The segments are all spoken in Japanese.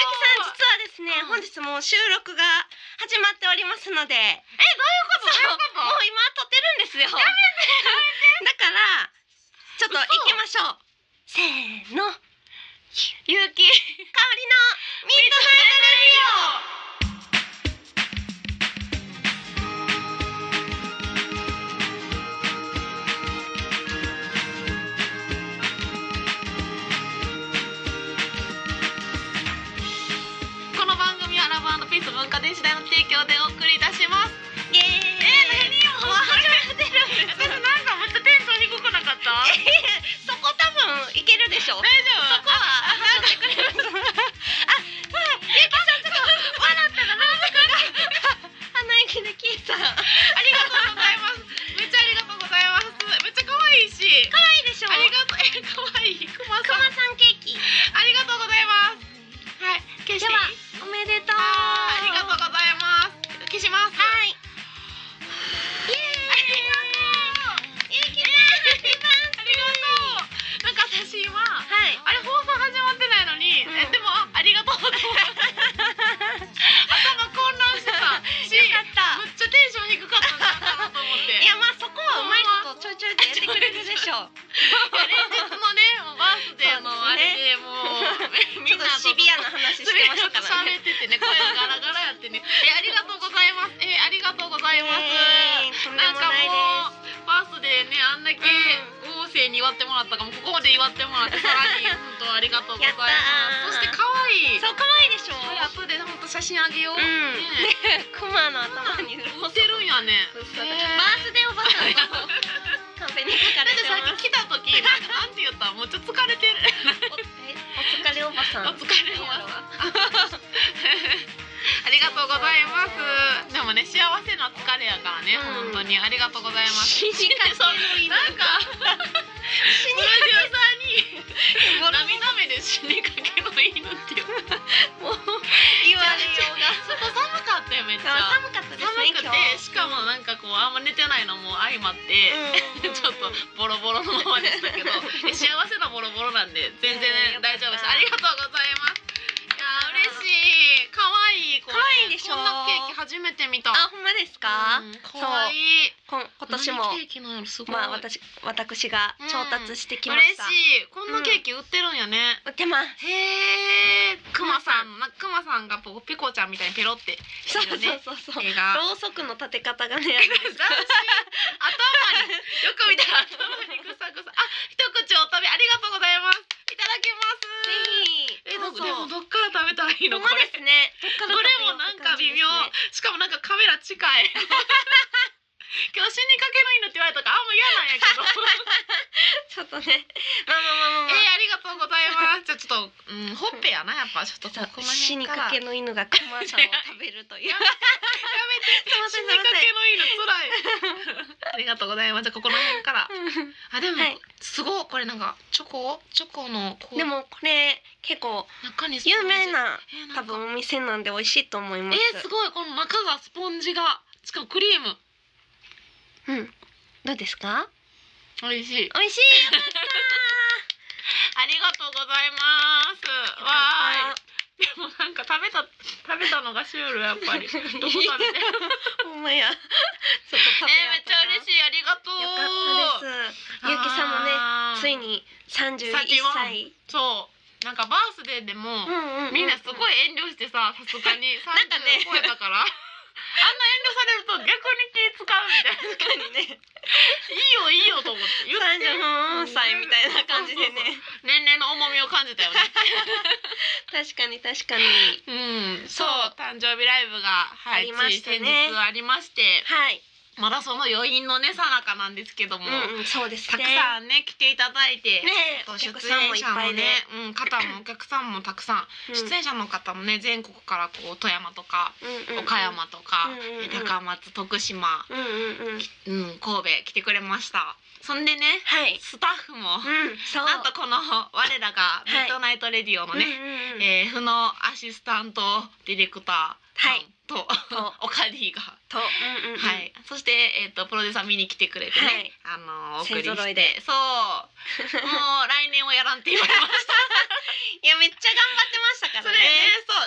さん実はですね、本日もう収録が始まっておりますので、 どういうこともう今撮ってるんですよ。だからちょっと行きましょう。せーの、 ゆうき香りのミッドナイトレディオ。 この番組はラブ&ピース文化電子代の提供でお送りいたします。 イエーイ。 何を始めてるんですか。私なんかめっちゃテンション低くなかった。 そこ多分いけるでしょ。 大丈夫。 そこは話してくれる。ゆきさんちょっと笑ったらなんだかが鼻息で聞いた。 ありがとうございます。めっちゃありがとうございます。めっちゃ可愛いし。 可愛いでしょ。 ありがとう。可愛い。くまさん。 くまさんケーキ。 ありがとうございます。はい。消していい？ ではおめでとう。 ありがとうございます。消します。 はい。イエーイ。ゆきさん、 ありがとう。なんか私今、 はい。 あれ放送始まってないのに、でもありがとうって思った頭混乱してたし、 よかった。 めっちゃテンション低かったんだなと思って。 いや、まあそこはうまいことちょいちょいとやってくれるでしょう。 連日のね、もうバースデーのあれでもうみんなとシビアな話してましたからね。 喋っててね、声がガラガラやってね。ありがとうございます。ありがとうございます。 とんでなんかもないです。 もうバースデーね、あんだけ豪勢に祝ってもらったかも、ここで祝ってもらってさらに本当ありがとうございます。そして可愛い。 そう、可愛いでしょ。 後で本当写真あげよう。 ね、クマの頭に似てるんやね。 バースデーおばさんのカンペに書かれてます。 さっき来た時なんて言った？もうちょっと疲れてる。 お疲れおばさん。 お疲れおばさん。ありがとうございます。でもね、幸せな疲れやからね、本当にありがとうございます。 死にかけの犬。 なんかプロデューサーに涙目で死にかけの犬っていう。 もう言われようが。 外寒かったよ、めっちゃ。 寒かったですね。 寒くて、しかもなんかこうあんま寝てないのも相まって、ちょっとボロボロのままでしたけど、幸せなボロボロなんで全然大丈夫です。ありがとうございます。いや嬉しい。可愛い。 可愛いでしょ。 こんなケーキ初めて見た。 あ、ほんまですか？ 可愛い。 今年もまあ私が調達してきました。 嬉しい。こんなケーキ売ってるんやね。 売ってます。 へえ。クマさんがピコちゃんみたいにペロってそうそう。ろうそくの立て方がね、頭によく見たら頭にぐさぐさ。あ、一口お食べありがとうございます。いただきます。 ぜひ。 でもどっから食べたらいいのこれ。 ですね。 どれもなんか微妙。しかもなんかカメラ近い。今日死にかけの犬って言われたからあんま嫌なんやけど。 ちょっとね。まあ。 ありがとうございます。じゃあちょっとほっぺやな、やっぱちょっとこの死にかけの犬がクマさんを食べるという。 やめて。死にかけの犬つらい。ありがとうございます。じゃあここの辺から。あ、でもすごいこれなんかチョコの。 でもこれ結構有名な多分お店なんで美味しいと思います。 すごいこの中がスポンジがしかもクリーム。 どうですか？ 美味しい。 美味しい。よかった。 ありがとうございます。わーい。でもなんか食べたのがシュールやっぱり。どこ食べて？ ほんまや。ちょっと食べめっちゃ嬉しい。ありがとう。 よかったです。ゆうきさんもね、ついに31歳。 そう。なんかバースデーでもみんなすごい遠慮してさ、さすがに30超えたから。あんな遠慮されると逆に気使うみたいな。 確かにね。 いいよと思って言って 34歳みたいな感じでね。 年齢の重みを感じたよね。 確かに。 そう、誕生日ライブがつい先日ありまして、まだその余韻のねさなかなんですけども、 そうですね。 たくさんね来ていただいて、 お出客さんもいっぱいで、 お客さんもたくさん、出演者の方もね全国からこう富山とか岡山とか高松、徳島、神戸来てくれました。そんでね、スタッフもなんとこの我らがミッドナイトレディオのね、負のアシスタントディレクターさんとオカディがそしてプロデューサー見に来てくれてね、お送りして、そうもう来年はやらんって言われました。 いやめっちゃ頑張ってましたからね。 そ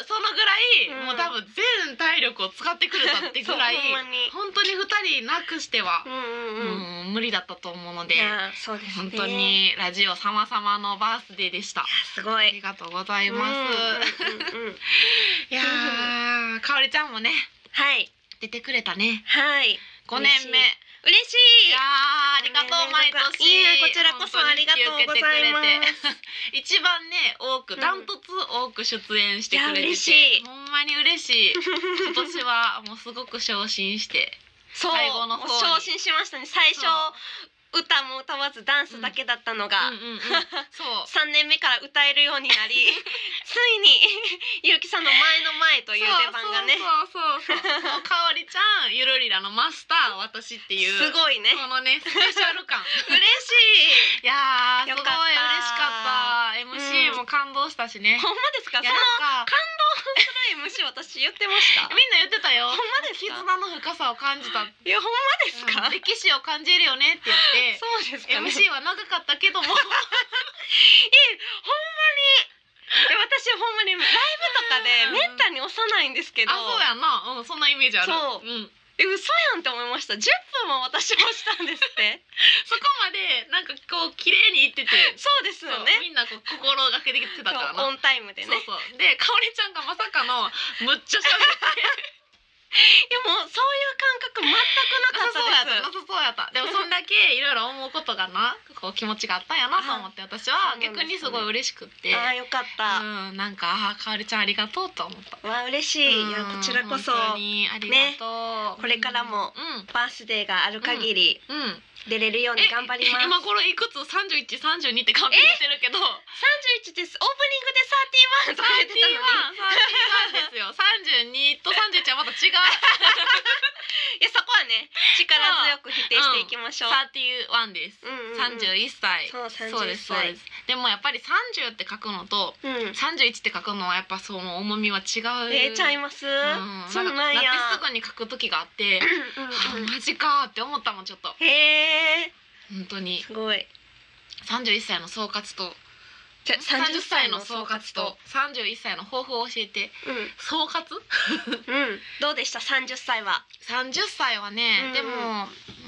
そのぐらい、 うんもう多分全体力を使ってくれたってぐらいそうほんまに本当に2人なくしては、 うん無理だったと思うので、 いやそうですね。 本当にラジオ様々のバースデーでした。 いやすごい。 ありがとうございます。いやー、かおりちゃんもねはい出てくれたね。 はい。 5年目。 嬉しい。 いやー、ありがとう毎年。 いいね、こちらこそありがとうございます。 一番ね多く、ダントツ多く出演してくれてて、 嬉しい。 ほんまに嬉しい。今年はもうすごく昇進して、 そう最後の方に昇進しましたね。最初歌も歌わずダンスだけだったのが、 そう 3年目から歌えるようになりついにゆうきさんの前の前という出番がね、 そうもうかおりちゃん、ゆるりらのマスター私っていうすごいね、 このねスペシャル感嬉しい。 いやー、すごい嬉しよかったかった。 MC も感動したしね。 ほんまですか？そのいやなんか感動する MC 私言ってましたみんな言ってたよ。 ほんまですか？ 絆の深さを感じた。 いやほんまですか？ 歴史を感じるよねって言ってそうですかね。 MC は長かったけどもほんまに私ほんまにライブとかでめったに押さないんですけど、 あ、そうやんな、そんなイメージある。 そう嘘やんって思いました。10分も私押したんですってそこまでなんかこう綺麗にいってて、 そうですよね。 みんなこう心がけてきてたからな。 オンタイムでね。 そうで、かおりちゃんがまさかのむっちゃ喋っていやもうそういう感覚全くなかったです。 そうやった。でもそんだけいろいろ思うことがな、こう気持ちがあったんやなと思って、私は逆にすごい嬉しくって、 あーよかった。 なんかかおりちゃんありがとうと思った。 わあ嬉しい。いやこちらこそ本当にありがとう。 これからもバースデーがある限り出れるように頑張ります。 今これいくつ？31、32ってカウントしてるけど、 31です。オープニングで31とか言ってたのに。 31ですよ。32と31はまた違う。 いやそこはね力強く否定していきましょう。 31です。31歳。 そうそうですそうです。でもやっぱり30って書くのと31って書くのはやっぱその重みは違う。 ちゃいます。そうなんや。 なってすぐに書く時があって、マジかって思ったもんちょっと。 へえ。 本当に。 すごい。 31歳の総括と。30歳の総括と31歳の抱負を教えて。総括？ どうでした30歳は ？30歳はね、でも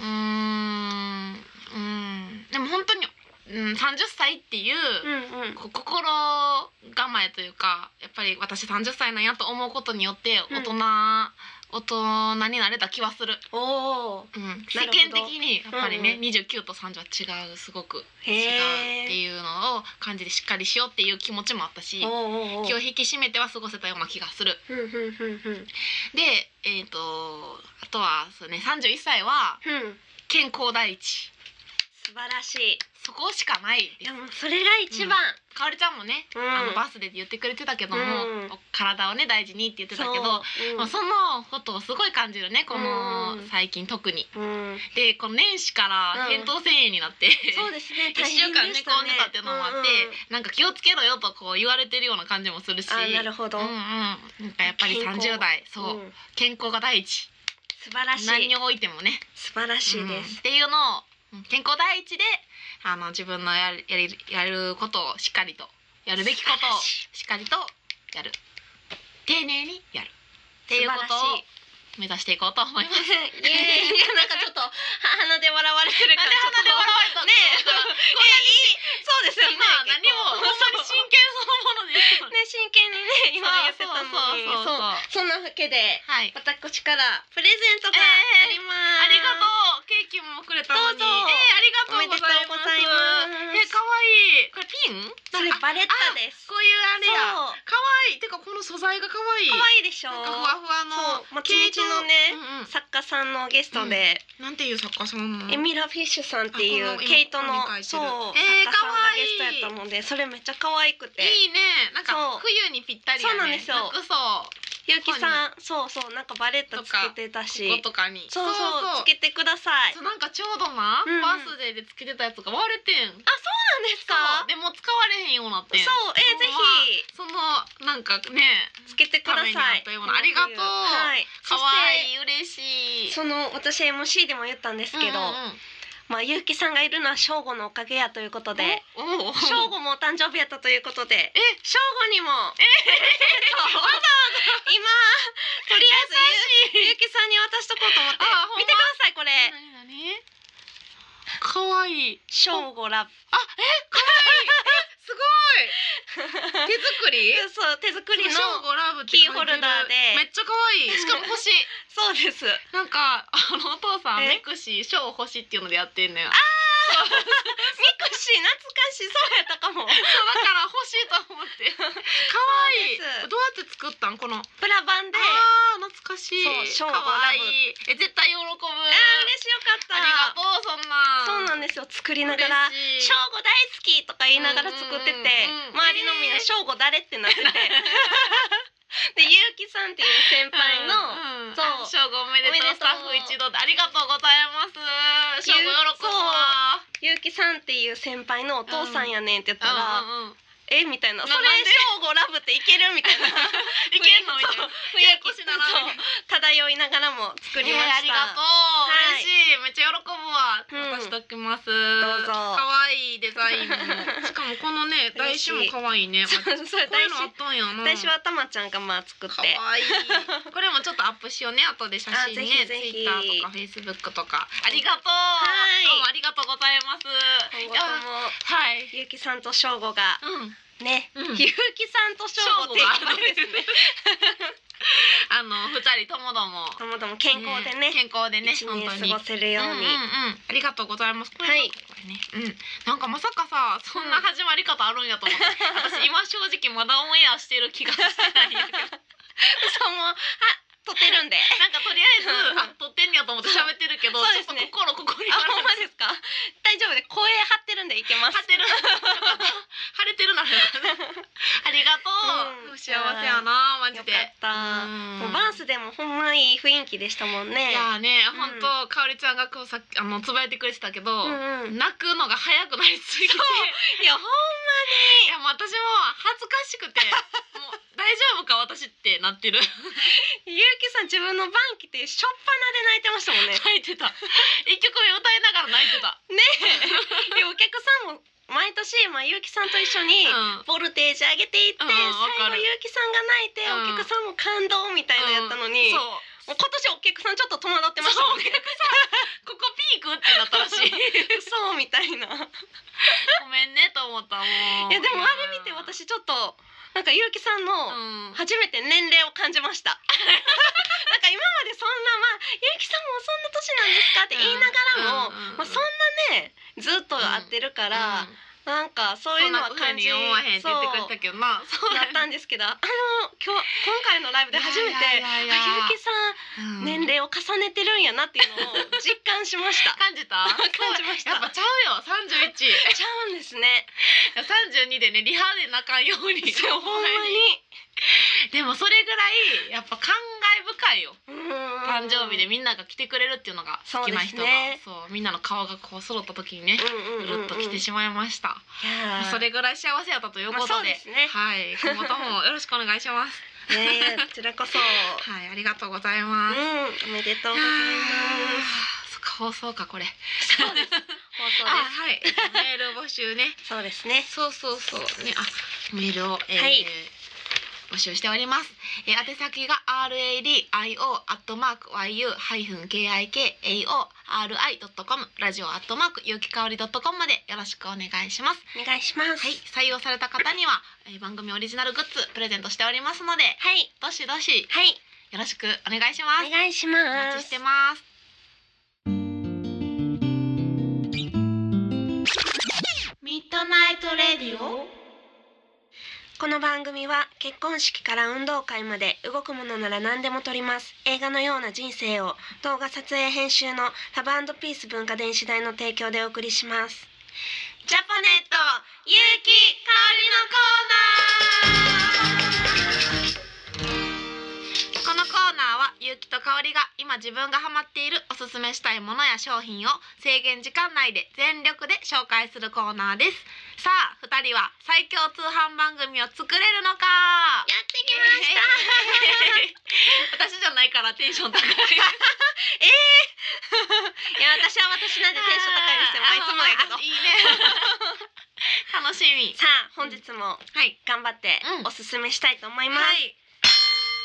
でも本当に30歳っていう心構えというか、やっぱり私30歳なんやと思うことによって大人になれた気はする。世間的にやっぱりね、29と30は違う、すごく違うっていうのを感じてしっかりしようっていう気持ちもあったし、気を引き締めては過ごせたような気がする。であとはそうね、31歳は健康第一。 素晴らしい。 そこしかないです。 いやもうそれが一番。 かおりちゃんもね、バースデーで言ってくれてたけども、体をね大事にって言ってたけど、そのことをすごい感じるね、この最近特に。でこの年始から扁桃腺炎になってそうですね、 1週間寝込んでたっていうのもあって、なんか気をつけろよとこう言われてるような感じもするし、 なるほど。 なんかやっぱり30代そう健康が第一。 素晴らしい。 何においてもね素晴らしいです。 っていうのを健康第一で自分のやることをしっかりとやるべきことをしっかりとやる、丁寧にやるっていうことを目指していこうと思います。 いやなんかちょっと鼻で笑われてるから、 鼻で笑われたんですか？ そうですよね。 まあ何もほんまに真剣そのものですね、真剣にね今言ってたのに、そんなわけで私からプレゼントがあります。 ありがとう。ケーキもくれたのに。 どうぞ。 ありがとうございます。可愛い。これピン？ それバレッタです。 こういうあれや。可愛い。てかこの素材が可愛い。 可愛いでしょ。 なんかふわふわの。 松道のね作家さんのゲストで、 なんていう作家さんなの？ エミラ・フィッシュさんっていうケイトの作家さんがゲストやったので、それめっちゃ可愛くていいね。なんか冬にぴったりやね。 そうなんですよ。ゆうきさん、そうなんかバレットつけてたし、 こことかにそうつけてください。 なんかちょうどなバースデーでつけてたやつが割れてん。 あ、そうなんですか？ でも使われへんようになってん。 そう、ぜひそのなんかねつけてください。 ありがとう。可愛い、嬉しい。 その私 MC でも言ったんですけど、まあゆうきさんがいるのは正吾のおかげやということで、正吾もお誕生日やったということで、正吾にもわざわ今とりあえずゆうきさんに渡しとこうと思って。見てくださいこれ。 何？可愛い。 ショーゴラブ。 可愛い。すごい。手作り？ そう手作りのショーゴラブってキーホルダーで。 めっちゃ可愛い。しかも星。 そうです。 なんかお父さんミクシーショー星っていうのでやってんのよ。 ミクシー懐かしい。そうやったかも。 そうだから欲しいと思って。可愛い。どうやって作ったんこのプラ版で。 懐かしい。 そうショーゴ可ラブ。 愛い。絶対喜ぶ。 嬉しいよかった。 ありがとうそんな。 そうなんですよ。作りながらショーゴ大好きとか言いながら作ってて、周りのみんなショーゴ誰ってなってて。でゆうきさんっていう先輩の、 そうショーゴおめでとうスタッフ一同でありがとうございます。ショーゴ喜ぶわ。 ゆうきさんっていう先輩のお父さんやねんって言ったら、みたいな、それショーゴラブっていけるみたいな、 いけんのみたいな、 雰囲気漂いながらも作りました。 ありがとう、嬉しい、めっちゃ喜ぶわ。渡しときます。 どうぞ。 可愛いデザインも、しかもこのね台紙も可愛いね。 それこういうのあったんやな。 台紙はたまちゃんが作って。 可愛い。これもちょっとアップしようね、後で写真ね、ツイッターとかフェイスブックとか。ありがとう。どうもありがとうございます。 今後ともゆうきさんとしょうごがね、ゆうきさんとしょうごってですね。 二人ともども健康でね、 本当に過ごせるように。 ありがとうございます。 はい。 なんかまさかさ、そんな始まり方あるんやと思って、私今正直まだオンエアしてる気がしてないんやけど。 そうも撮ってるんで、 なんかとりあえず撮ってんねやと思って喋ってるけど、ちょっと心ここにある。 ほんまですか？大丈夫で、声張ってるんでいけます。 張ってる。晴れてるな。ありがとう。幸せやな、マジで。 よかった。もうバースでもほんまいい雰囲気でしたもんね。 いやね、本当かおりちゃんがこうさつぶやいてくれてたけど、泣くのが早くなりすぎて、 いやほんまに、 いやもう私も恥ずかしくて、もう大丈夫か私ってなってる。 ゆうきさん自分の番来てしょっぱなで泣いてましたもんね。 泣いてた。一曲目歌いながら泣いてた。 ねえ。お客さんも毎年ゆうきさんと一緒にボルテージ上げていって、最後ゆうきさんが泣いて、お客さんも感動みたいなやったのに、もう今年お客さんちょっと戸惑ってましたもんね。 ここピークってなったらしい。 そうみたいな。 ごめんねと思ったもん。 いやでもあれ見て私ちょっとなんかゆうきさんの初めて年齢を感じました。なんか今までそんなゆうきさんもそんな年なんですかって言いながらも、そんなねずっと会ってるから。なんかそういうのは感じ思わへんって言ってくれたけどな、 そうだったんですけど、今回のライブで初めてゆうきさん年齢を重ねてるんやなっていうのを実感しました。 感じた？ 感じました。 やっぱちゃうよ、31。 ちゃうんですね。 32でね、リハで泣かんように。 そうほんまに。 でもそれぐらいやっぱ感慨深いよ。誕生日でみんなが来てくれるっていうのが好きな人が、そうみんなの顔がこう揃った時にね、うるっと来てしまいました。それぐらい幸せやったということで、はい、今後ともよろしくお願いします。 ね、こちらこそ。 はい、ありがとうございます。 おめでとうございます。 放送かこれ。 そうです。放送です。 はい、メール募集ね。 そうですね。 そうね、メールを募集しております。宛先が radio@yu-kikaori.com ラジオゆうきかおり .com までよろしくお願いします。 お願いします。 はい、採用された方には、番組オリジナルグッズプレゼントしておりますので、はい、どしどし、はい、よろしくお願いします。 お願いします。 お待ちしてます。ミッドナイトレディオ。 この番組は結婚式から運動会まで動くものなら何でも撮ります。映画のような人生を動画撮影編集のラブ&ピース文化電子台の提供でお送りします。ジャポネットゆうきかおりのコーナー。 このコーナーはゆうきとかおりが今自分がハマっているおすすめしたいものや商品を制限時間内で全力で紹介するコーナーです。さあ2人は最強通販番組を作れるのか。 やってきました。 私じゃないからテンション高い。いや私は私なんでテンション高いですよ。いつもやけど。 いいね。楽しみ。 さあ本日も頑張っておすすめしたいと思います。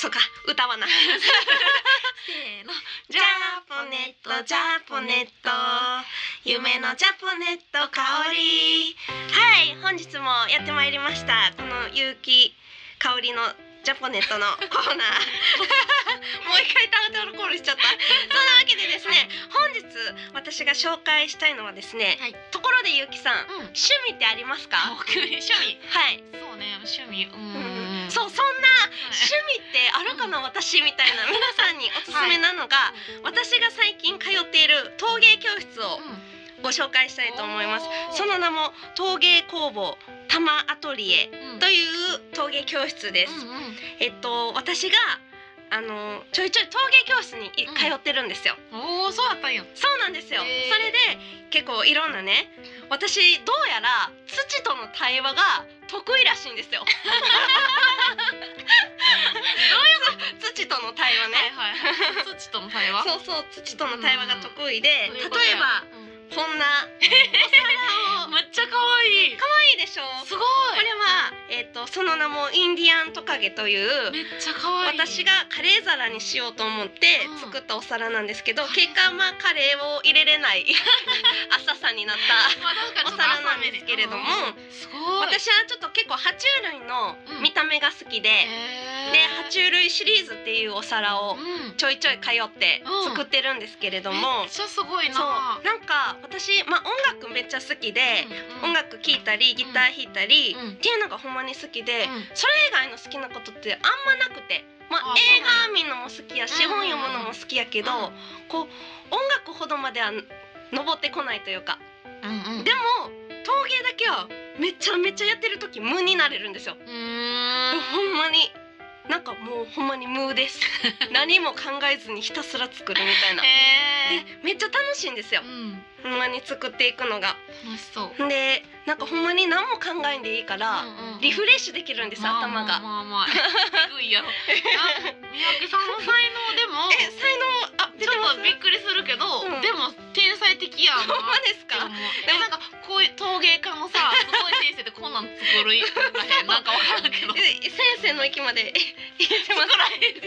そうか歌わなせーのジャポネットジャポネット夢のジャポネット香り。はい、本日もやってまいりました。この結城香りのジャポネットのコーナーもう一回タートルコールしちゃったそんなわけでですね、本日私が紹介したいのはですね、ところでゆうきさん、趣味ってありますか？ 僕趣味、 はい、 そうね、趣味、 そう、そんな趣味ってあるかな、私みたいな皆さんにおすすめなのが、私が最近通っている陶芸教室をご紹介したいと思います。その名も陶芸工房玉アトリエという陶芸教室です。私がちょいちょい陶芸教室に通ってるんですよ。 そうだったんや。 そうなんですよ。それで結構いろんなね、私どうやら土との対話が得意らしいんですよ。どういうこと？土との対話ね。 土との対話。 そうそう、土との対話が得意で、例えばこんなお皿をめっちゃ可愛い。 可愛いでしょ。 すごい。 これはその名もインディアントカゲというめっちゃ可愛い。 私がカレー皿にしようと思って作ったお皿なんですけど、結果まあカレーを入れれない浅さになったお皿なんですけれども、 すごい。 私はちょっと結構爬虫類の見た目が好きで、爬虫類シリーズっていうお皿をちょいちょい通って作ってるんですけれども、 めっちゃすごいな。 そう、なんか私、音楽めっちゃ好きで、音楽聴いたりギター弾いたりっていうのがほんまに好きで、それ以外の好きなことってあんまなくて、映画見るのも好きやし、本読むのも好きやけど、こう音楽ほどまでは登ってこないというか、でも陶芸だけはめちゃめちゃやってる時無になれるんですよ。ほんまになんかもうほんまに無です。何も考えずにひたすら作るみたいな。でめっちゃ楽しいんですよ。ほんまに作っていくのが楽しそう。 でなんかほんまに何も考えんでいいからリフレッシュできるんです、頭が。 えぐいやろ。三宅さんの才能でも才能ちょっとびっくりするけど、でも天才的やな。 ほんまですか？ なんかこういう陶芸家のさ、すごい先生でこんなん作るなんかわからんけど。 先生の域まで入れてます。 作らへん。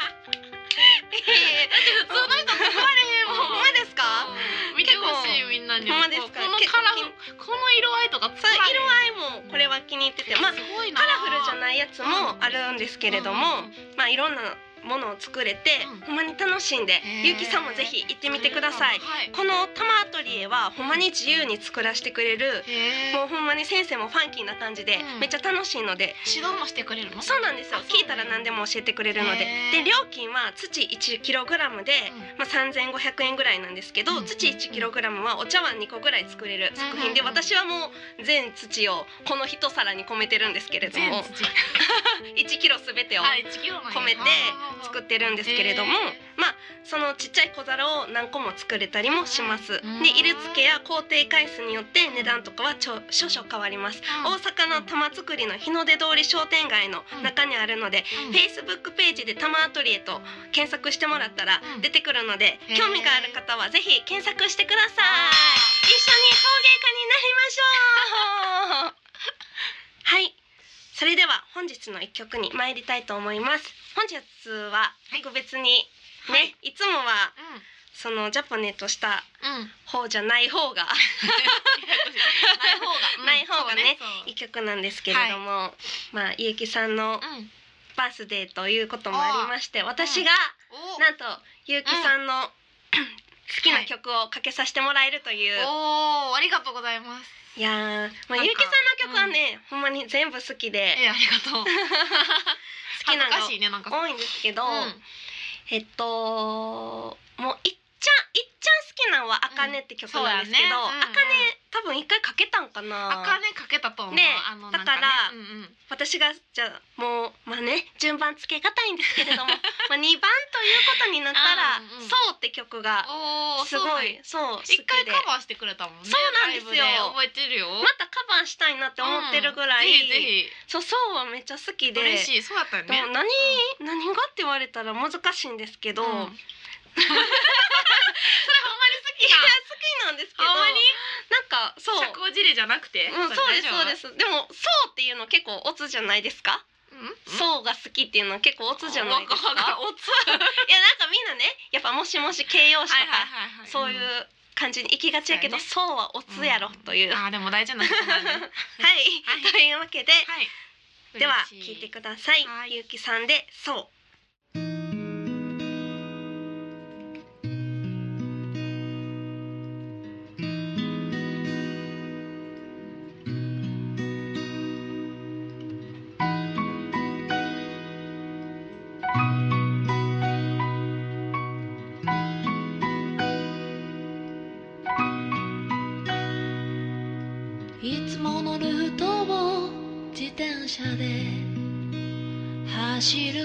普通の人作られへんもん。 ほんまですか？ 見てほしいみんなに。 ほんまですか？ このカラフル、この色合いとか作らへん。 色合いもこれは気に入ってて、カラフルじゃないやつもあるんですけれども、いろんなものを作れて、ほんまに楽しんで、ゆうきさんもぜひ行ってみてください。この玉アトリエはほんまに自由に作らせてくれる、もうほんまに先生もファンキーな感じで、めっちゃ楽しいので。 指導もしてくれるの？ そうなんですよ。聞いたら何でも教えてくれるので。で料金は土 1kg で、3500円ぐらいなんですけど、土 1kg はお茶碗2個ぐらい作れる作品で、私はもう全土をこの一皿に込めてるんですけれども、1kg すべてを込めて作ってるんですけれども、そのちっちゃい小皿を何個も作れたりもします。で色付けや工程回数によって値段とかは少々変わります。大阪の玉作りの日の出通り商店街の中にあるので、Facebook ページで玉アトリエと検索してもらったら出てくるので、興味がある方はぜひ検索してください。一緒に陶芸家になりましょう。はい、それでは本日の一曲に参りたいと思います。本日は特別にね、いつもはそのジャポネとした方じゃない方がない方がね一曲なんですけれども、ゆうきさんのバースデーということもありまして、私がなんとゆうきさんの好きな曲をかけさせてもらえるという。 ありがとうございます。 いやゆうきさんの曲はね、ほんまに全部好きで、 ありがとう。 好きなのが多いんですけど、もういっちゃん好きなのは「あかね」って曲なんですけど、あかね多分一回かけたんかな。 あかねかけたと思う。 だから私がじゃあもう順番つけがたいんですけれども、2番ということになったら「そう」って曲がすごい好きで、 一回カバーしてくれたもんね。 そうなんですよ。 覚えてるよ。 またカバーしたいなって思ってるぐらい、 ぜひそうはめっちゃ好きで。 嬉しい。そうだったよね。 でも何がって言われたら難しいんですけど、それほんまに好きなんですけど、なんかそう社交辞令じゃなくて、 そうです。でもそうっていうの結構オツじゃないですか？ そうが好きっていうのは結構オツじゃないですか。 オツ。 いやなんかみんなねやっぱもしもし形容詞とかそういう感じに行きがちやけど、そうはオツやろという。 でも大事な人なんで。はい。 というわけで、では聞いてください。ゆうきさんでそう。 いつものルートを自転車で走る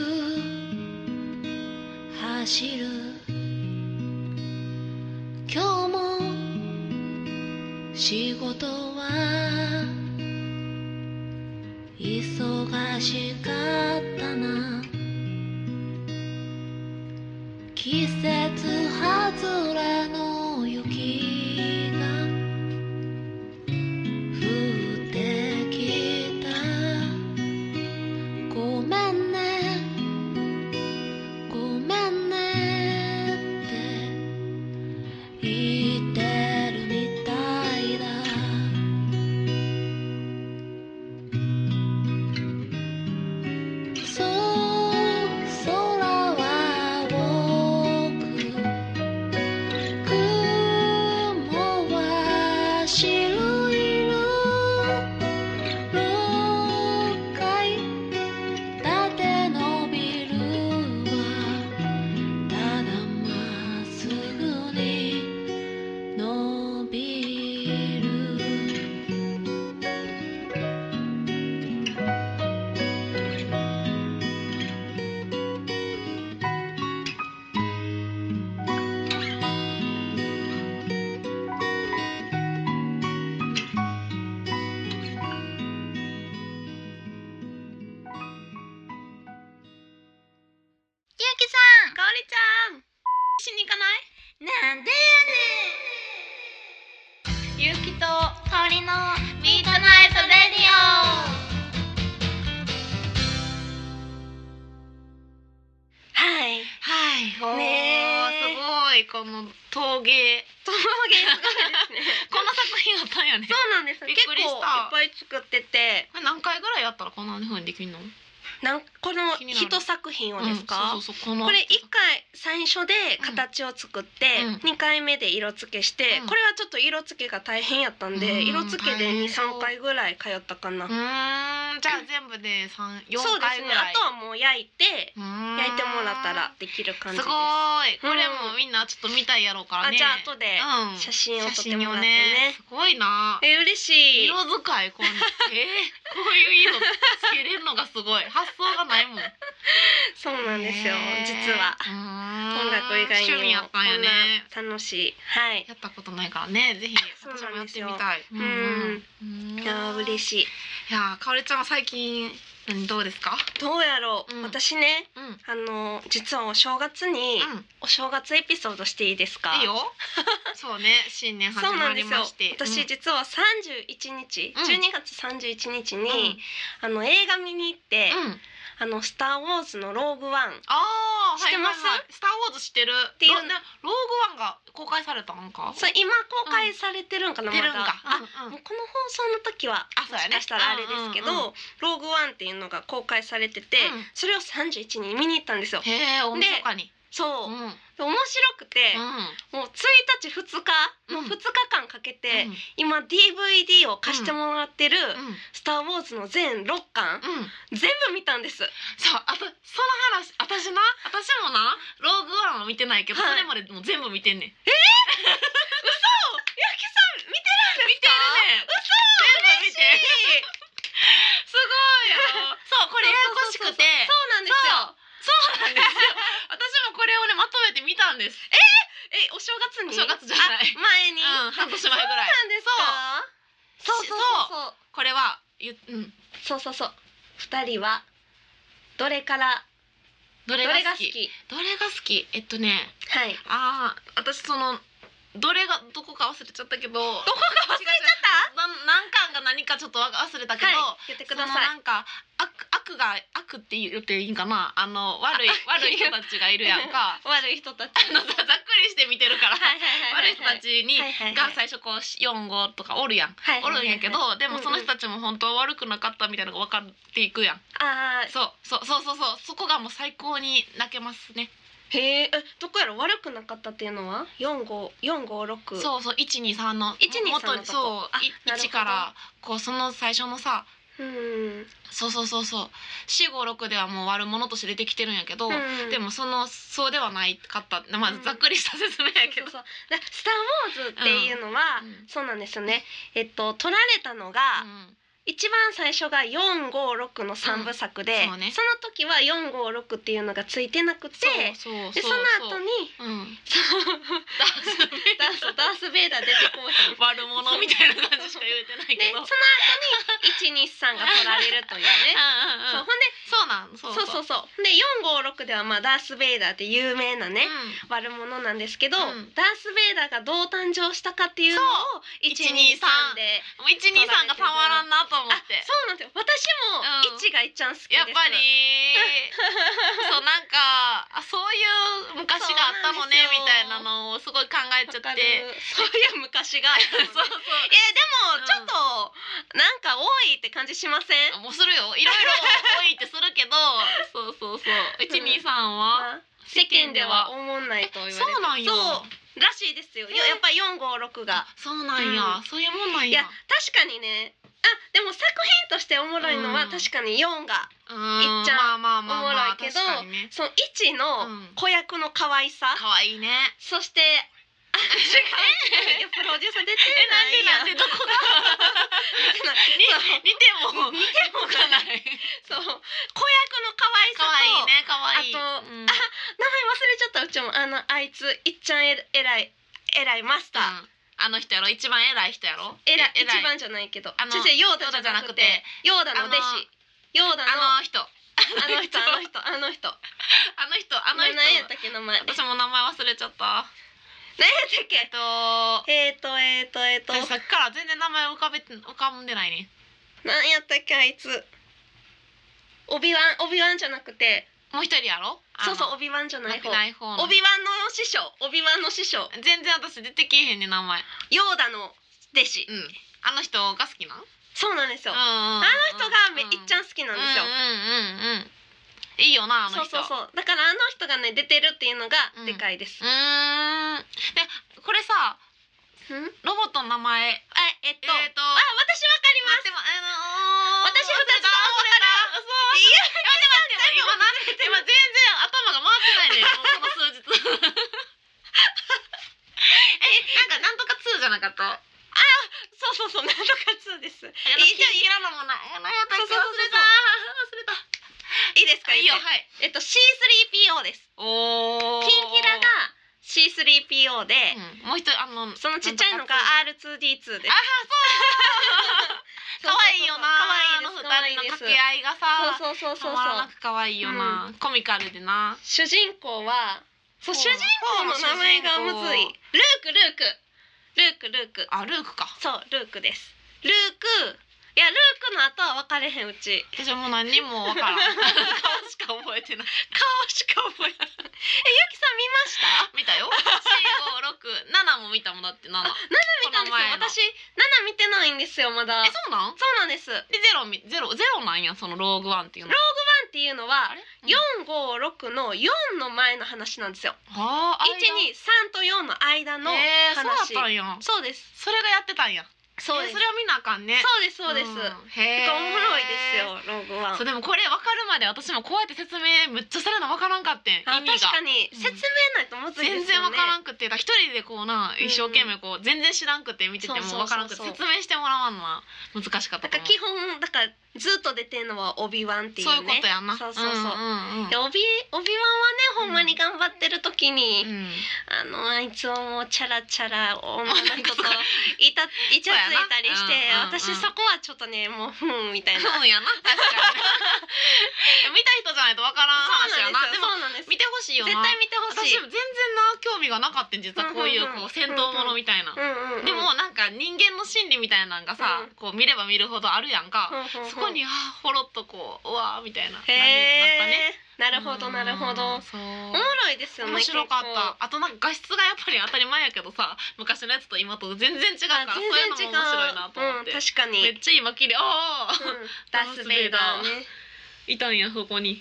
今日も仕事は忙しかったな季節外れの雪が降ってきたごめんねって言ってるみたいだしに行かない？ なんでゆうきと香りのミートナイトレディオ。ねすごいこの陶芸すごいですね。 こんな作品あったんやね。 そうなんです。 びっくりした。 結構いっぱい作ってて。 何回ぐらいやったらこんな風にできるの？ この一作品をですか？これ1回最初で形を作って、2回目で色付けして、これはちょっと色付けが大変やったんで、色付けで 2,3 回ぐらい通ったかな。 じゃあ全部で4回ぐらい。 あとはもう焼いてもらったらできる感じです。 すごい。これもみんなちょっと見たいやろうからね。 じゃあ後で写真を撮ってもらってね。 すごいな。 嬉しい。 色使いこういう色つけれるのがすごい。発想がないもん。 そうなんですよ。実は音楽以外にも趣味やったんやね。 楽しい。 やったことないからね。ぜひ私もやってみたい。 いや嬉しい。 いやかおりちゃんは最近どうですか？ どうやろう。私ね、実はお正月にお正月エピソードしていいですか？ いいよ。そうね、新年始まりまして。 私実は31日、12月31日に映画見に行って。スター・ウォーズのローグワン。知ってます？ スター・ウォーズ知ってる。っていうローグワンが公開されたんか？そう、 今公開されてるんかな、まだ。もうこの放送の時はもしかしたらあれですけど、ローグワンっていうのが公開されてて、それを31に見に行ったんですよ。 へえ、大晦日に。 そう、面白くて、もう1日2日の2日間かけて、今 DVD を貸してもらってるスター・ウォーズの全6巻、全部見たんです。 そう、その話、私もなローグワンは見てないけど、それまでも全部見てんねん。 嘘、ゆきさん見てるんですか？ 見てるね。嘘、全部見て。すごいよ。そう、これややこしくて。 そうなんですよ。 そうなんですよ。私もこれをねまとめて見たんです。 お正月に？ お正月じゃない。 前に。 半年前ぐらい。 そう。 これはそう。2人はどれが好き？ 私どれがどこか忘れちゃったけど。どこか忘れちゃった？ 何巻が何かちょっと忘れたけど。 言ってください。 なんか悪悪って言っていいんかな、悪い人たちがいるやんか悪い人たちざっくりして見てるから悪い人たちにが最初こう4-5とかおるやん、おるんやけど、でもその人たちも本当は悪くなかったみたいなのが分かっていくやん。そうそこがもう最高に泣けますね。 へえ、どこやろ、悪くなかったっていうのは456。 そう123の 123のとこ、 そう1からこうその最初のさ、そう456ではもう悪者として出てきてるんやけど、でもそうではないかった、まずざっくりした説明やけど、 スター・ウォーズっていうのは、そうなんですよね。撮られたのが、一番最初が456の3部作で、その時は456っていうのがついてなくて、でその後にダース・ベイダー出てこうへん悪者みたいな感じしか言えてないけど、 その後に123が取られるというね。ほんでそうで456ではまあダース・ベイダーって有名なね、悪者なんですけど、ダース・ベイダーがどう誕生したかっていうのを123で 123がたまらんなと思って。 そうなんですよ、私も1が一番好きです。 やっぱりそうなんかそういう昔があったのねみたいなのをすごい考えちゃって、 そういう昔があったのね。でもちょっとなんか多いって感じしません？ もうするよ、いろいろ多いってするけどそう123は世間ではおもんないと言われて、 そうなんや、 そうらしいですよ。やっぱり456がそうなんや、そういうもんなんや。 いや確かにね、でも作品としておもろいのは確かに4がいっちゃおもろいけど、その1の子役の可愛さ、 可愛いね。 そしてプロデューサー出てないやん。 なんでどこが似てもないそう、子役の可愛さと、 可愛いね、可愛い。 あと、名前忘れちゃった。うちもあいついっちゃん偉いマスター、 あの人やろ、一番偉い人やろ。 一番じゃないけど、ヨーダじゃなくてヨーダの弟子、ヨーダのあの人何やったっけ名前。 私も名前忘れちゃった。 何やったっけ。 さっきから全然名前浮かんでないね。 何やったっけあいつ。オビワンじゃなくてもう一人やろ。 そうオビワンじゃない方。 のオビワンの師匠。 全然私出てけえへんね名前。 ヨーダの弟子。 あの人が好きなん？ そうなんですよ。あの人がいっちゃん好きなんですよ。 いいよなあの人。 そうだからあの人がね出てるっていうのがでかいです。 でこれさ、ロボットの名前私わかります。私2つともわかる。 今全然頭が回ってないねこの数日。なんとか2じゃなかった？ そうなんとか2です。 じゃあキラのもない。忘れた。 いいですか？ いいよ、はい。 C3PO です。キンキラが C3PO で、 もう一人そのちっちゃいのが R2D2 です。 可愛いよな。 可愛いです。 二人の掛け合いがさ、 そうたまらなく可愛いよな。コミカルでな。 主人公は、主人公の名前がむずい。ルーク。 あ、ルークか。 そう、ルークです。ルーク。いやルークの後は分かれへんうち。 私も何にも分からん。顔しか覚えてない。 ゆきさん見ました？ 見たよ。4、5、6、7も見たもんだって7。7 見たんですよ。私7見てないんですよまだ。 そうなん？ そうなんです。 でゼロなんや、そのローグワンっていうの。 ローグワンっていうのは4、5、6の4の前の話なんですよ。1、2、3と4の間の話。 そうだったんや。 そうです。 それがやってたんや。 そうです。 それは見なあかんね。 そうです。へえ。おもろいですよローグワン。 そうでもこれ分かるまで私もこうやって説明むっちゃされるの分からんかってん。意味が。 確かに説明ないとむずいですよね。 全然分からんくって一人でこうな一生懸命こう全然知らんくて見てても分からんくて説明してもらわんのは難しかったと思う。 基本だからずっと出てるのはオビワンっていうね。 そういうことやな。 そう。でオビワンはねほんまに頑張ってる時にあいつはもうチャラチャラ女の人とイチャついたりして、私そこはちょっとねもうみたいな。 そうやな確かに。見た人じゃないと分からん話やな。でも見見てほしいよな。 絶対見てほしい。 私も全然な興味がなかったん実はこういうこう戦闘ものみたいな。でもなんか人間の心理みたいなのがさ、こう見れば見るほどあるやんか。そこにほろっとこううわーみたいな感じになったね。 なるほどなるほど。おもろいですよね。 面白かった。あとなんか画質がやっぱり当たり前やけどさ、昔のやつと今と全然違うからそういうのも面白いなと思って。 確かに。 めっちゃ今綺麗。ああ、 ダースベイダーね。 いたんやそこに。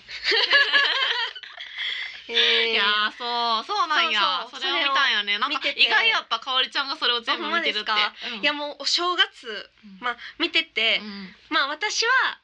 いやそうなんや。それを見たんやね。なんか意外やったかおりちゃんがそれを全部見てるって。 いやもうお正月見てて、私は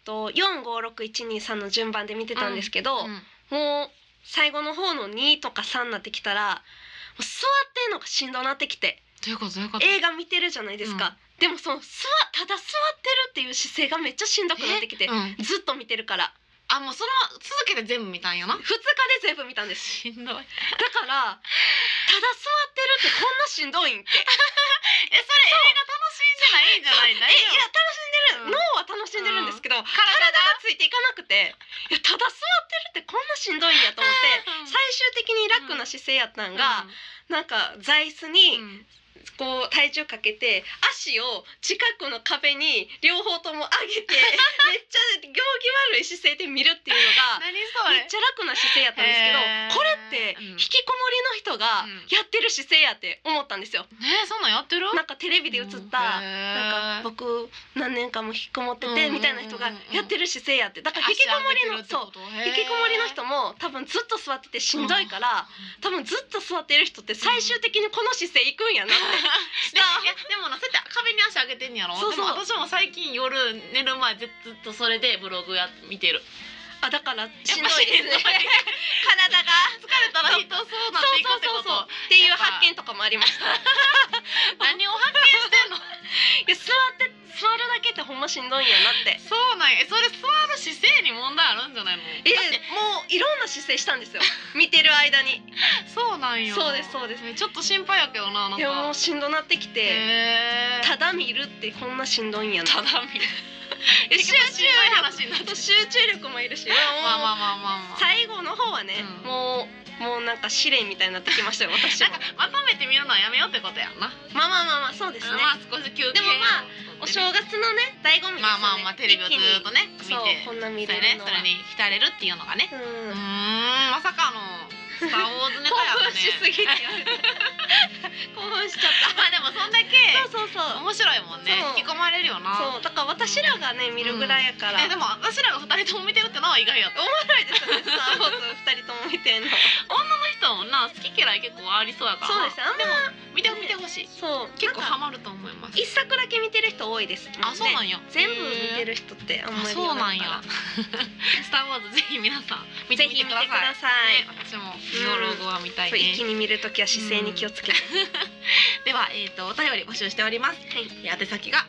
456-123の順番で見てたんですけど、もう最後の方の2とか3になってきたらもう座ってんのがしんどなってきて。 どういうことどういうこと？ 映画見てるじゃないですか。でもただ座ってるっていう姿勢がめっちゃしんどくなってきて、ずっと見てるから。 あ、もうその続けて全部見たんやな。 2日で全部見たんです。 しんどい。だからただ座ってるってこんなしんどいんって。それ映画楽しんでないんじゃない？ いや楽しんでる、脳は楽しんでるんですけど、体がついていかなくて、いやただ座ってるってこんなしんどいんやと思って、最終的に楽な姿勢やったんが、なんか座椅子にこう体重かけて足を近くの壁に両方とも上げてめっちゃ行儀悪い姿勢で見るっていうのがめっちゃ楽な姿勢やったんですけど、これって引きこもりの人がやってる姿勢やって思ったんですよ。 そんなんやってる？ なんかテレビで映ったなんか僕何年間も引きこもっててみたいな人がやってる姿勢やって、だから引きこもりの人も多分ずっと座っててしんどいから、多分ずっと座ってる人って最終的にこの姿勢いくんやなって。 いやでもな、そうやって壁に足上げてんやろ。でも私も最近夜寝る前ずっとそれでブログ見てる。 だからしんどいですね。体が疲れたら人そうなっていくってことっていう発見とかもありました。 何を発見してんの？ いや座るだけってほんましんどいんやなって。 そうなんや。それ座る姿勢に問題あるんじゃないの？ もういろんな姿勢したんですよ。見てる間に。 そうなんよ。 そうです。 ちょっと心配やけどな。なんかいやもうしんどなってきて、ただ見るってこんなしんどいんやな。 ただ見る。 集中力もいるし、最後の方はね、もうなんか試練みたいになってきましたよ私も。 なんかまとめて見るのはやめようってことやんな。 まあそうですね。 少し休憩。 でもお正月のね醍醐味ですよね。 テレビをずっとね見て、 こんな見れるのはそれに浸れるっていうのがね。まさかのスターウォーズネタやったね。興奮しすぎて興奮しちゃった。でもそんだけ面白いもんね。引き込まれるよな。 そうだから私らがね見るぐらいやから。 でも私らが2人とも見てるってのは意外やった。 面白いですよね。スターウォーズ2人とも見てんの。 女の人もな好き嫌い結構ありそうやから。 そうです。 でも見てほしい。 そう結構ハマると思います。 一作だけ見てる人多いです。 そうなんや。 全部見てる人ってあんまり。 そうなんや。スターウォーズぜひ皆さん見てみてください。私もブログは見たいね。 一気に見るときは姿勢に気をつけて。 ではお便り募集しております。宛先が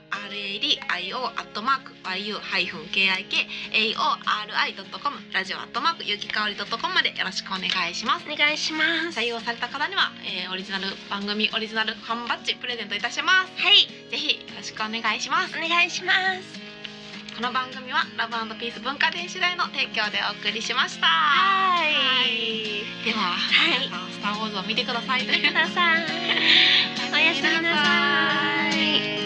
radio.yu-kikaori.com ラジオ@yukikaori.com までよろしくお願いします。 お願いします。 採用された方には番組オリジナル缶バッジプレゼントいたします。 はい。 ぜひよろしくお願いします。 お願いします。 この番組はラブ&ピース文化電子台の提供でお送りしました。 はい。 では、皆さんスターウォーズを見てください。 見てください。おやすみなさい。